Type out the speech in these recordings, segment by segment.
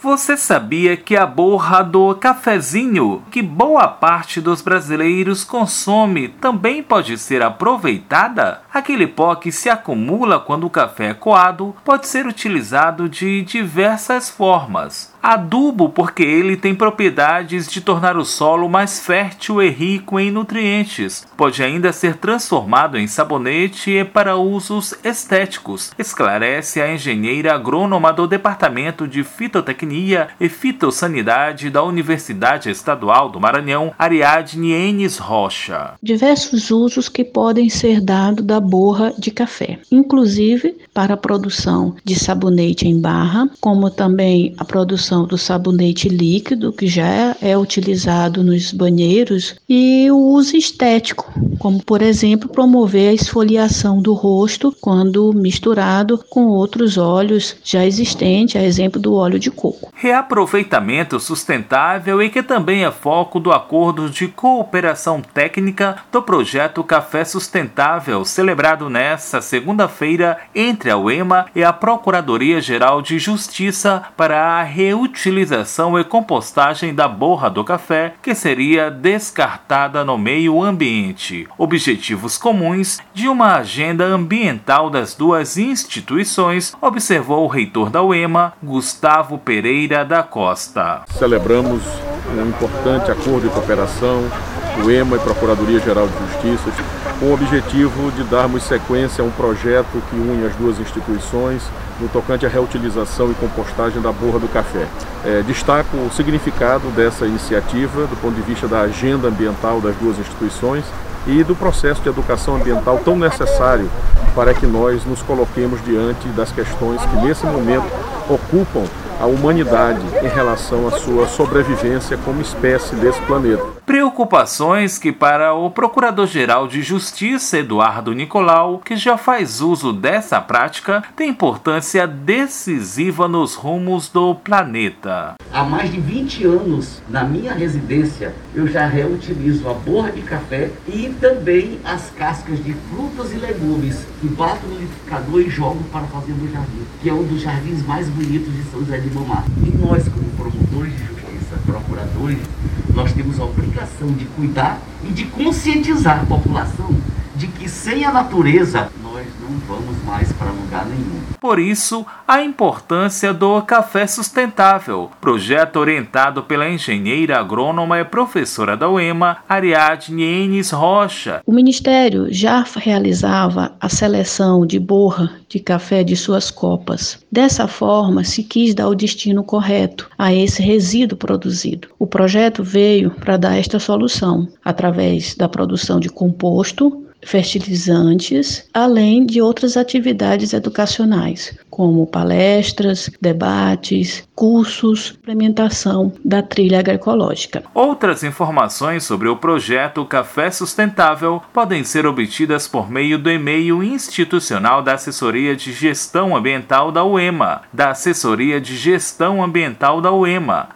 Você sabia que a borra do cafezinho, que boa parte dos brasileiros consome, também pode ser aproveitada? Aquele pó que se acumula quando o café é coado pode ser utilizado de diversas formas. Adubo, porque ele tem propriedades de tornar o solo mais fértil e rico em nutrientes. Pode ainda ser transformado em sabonete e para usos estéticos, esclarece a engenheira agrônoma do Departamento de Fitotecnia e Fitossanidade da Universidade Estadual do Maranhão, Ariadne Enes Rocha. Diversos usos que podem ser dados da borra de café, inclusive para a produção de sabonete em barra, como também a produção do sabonete líquido, que já é utilizado nos banheiros, e o uso estético, como por exemplo promover a esfoliação do rosto quando misturado com outros óleos já existentes, a exemplo do óleo de coco. Reaproveitamento sustentável e que também é foco do Acordo de Cooperação Técnica do Projeto Café Sustentável, celebrado nesta segunda-feira entre a UEMA e a Procuradoria-Geral de Justiça para a reutilização e compostagem da borra do café que seria descartada no meio ambiente. Objetivos comuns de uma agenda ambiental das duas instituições, observou o reitor da UEMA, Gustavo Pereira da Costa. Celebramos um importante acordo de cooperação, UEMA e Procuradoria-Geral de Justiça, com o objetivo de darmos sequência a um projeto que une as duas instituições no tocante à reutilização e compostagem da borra do café. Destaco o significado dessa iniciativa do ponto de vista da agenda ambiental das duas instituições e do processo de educação ambiental tão necessário para que nós nos coloquemos diante das questões que nesse momento ocupam a humanidade em relação à sua sobrevivência como espécie desse planeta. Preocupações que para o Procurador-Geral de Justiça, Eduardo Nicolau, que já faz uso dessa prática, tem importância decisiva nos rumos do planeta. Há mais de 20 anos, na minha residência, eu já reutilizo a borra de café e também as cascas de frutas e legumes que bato no liquidificador e jogo para fazer no jardim, que é um dos jardins mais bonitos de São José de Ribamar. E nós, como promotores de justiça, procuradores, nós temos a obrigação de cuidar e de conscientizar a população de que sem a natureza nós não vamos mais para lugar nenhum. Por isso, a importância do café sustentável, projeto orientado pela engenheira agrônoma e professora da UEMA, Ariadne Enes Rocha. O Ministério já realizava a seleção de borra de café de suas copas. Dessa forma, se quis dar o destino correto a esse resíduo produzido. O projeto veio para dar esta solução, através da produção de composto, fertilizantes, além de outras atividades educacionais, como palestras, debates, cursos, implementação da trilha agroecológica. Outras informações sobre o projeto Café Sustentável podem ser obtidas por meio do e-mail institucional da Assessoria de Gestão Ambiental da UEMA, da Assessoria de Gestão Ambiental da UEMA,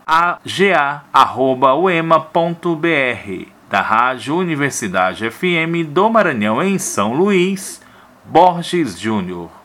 aga@uema.br. Da Rádio Universidade FM do Maranhão em São Luís, Borges Júnior.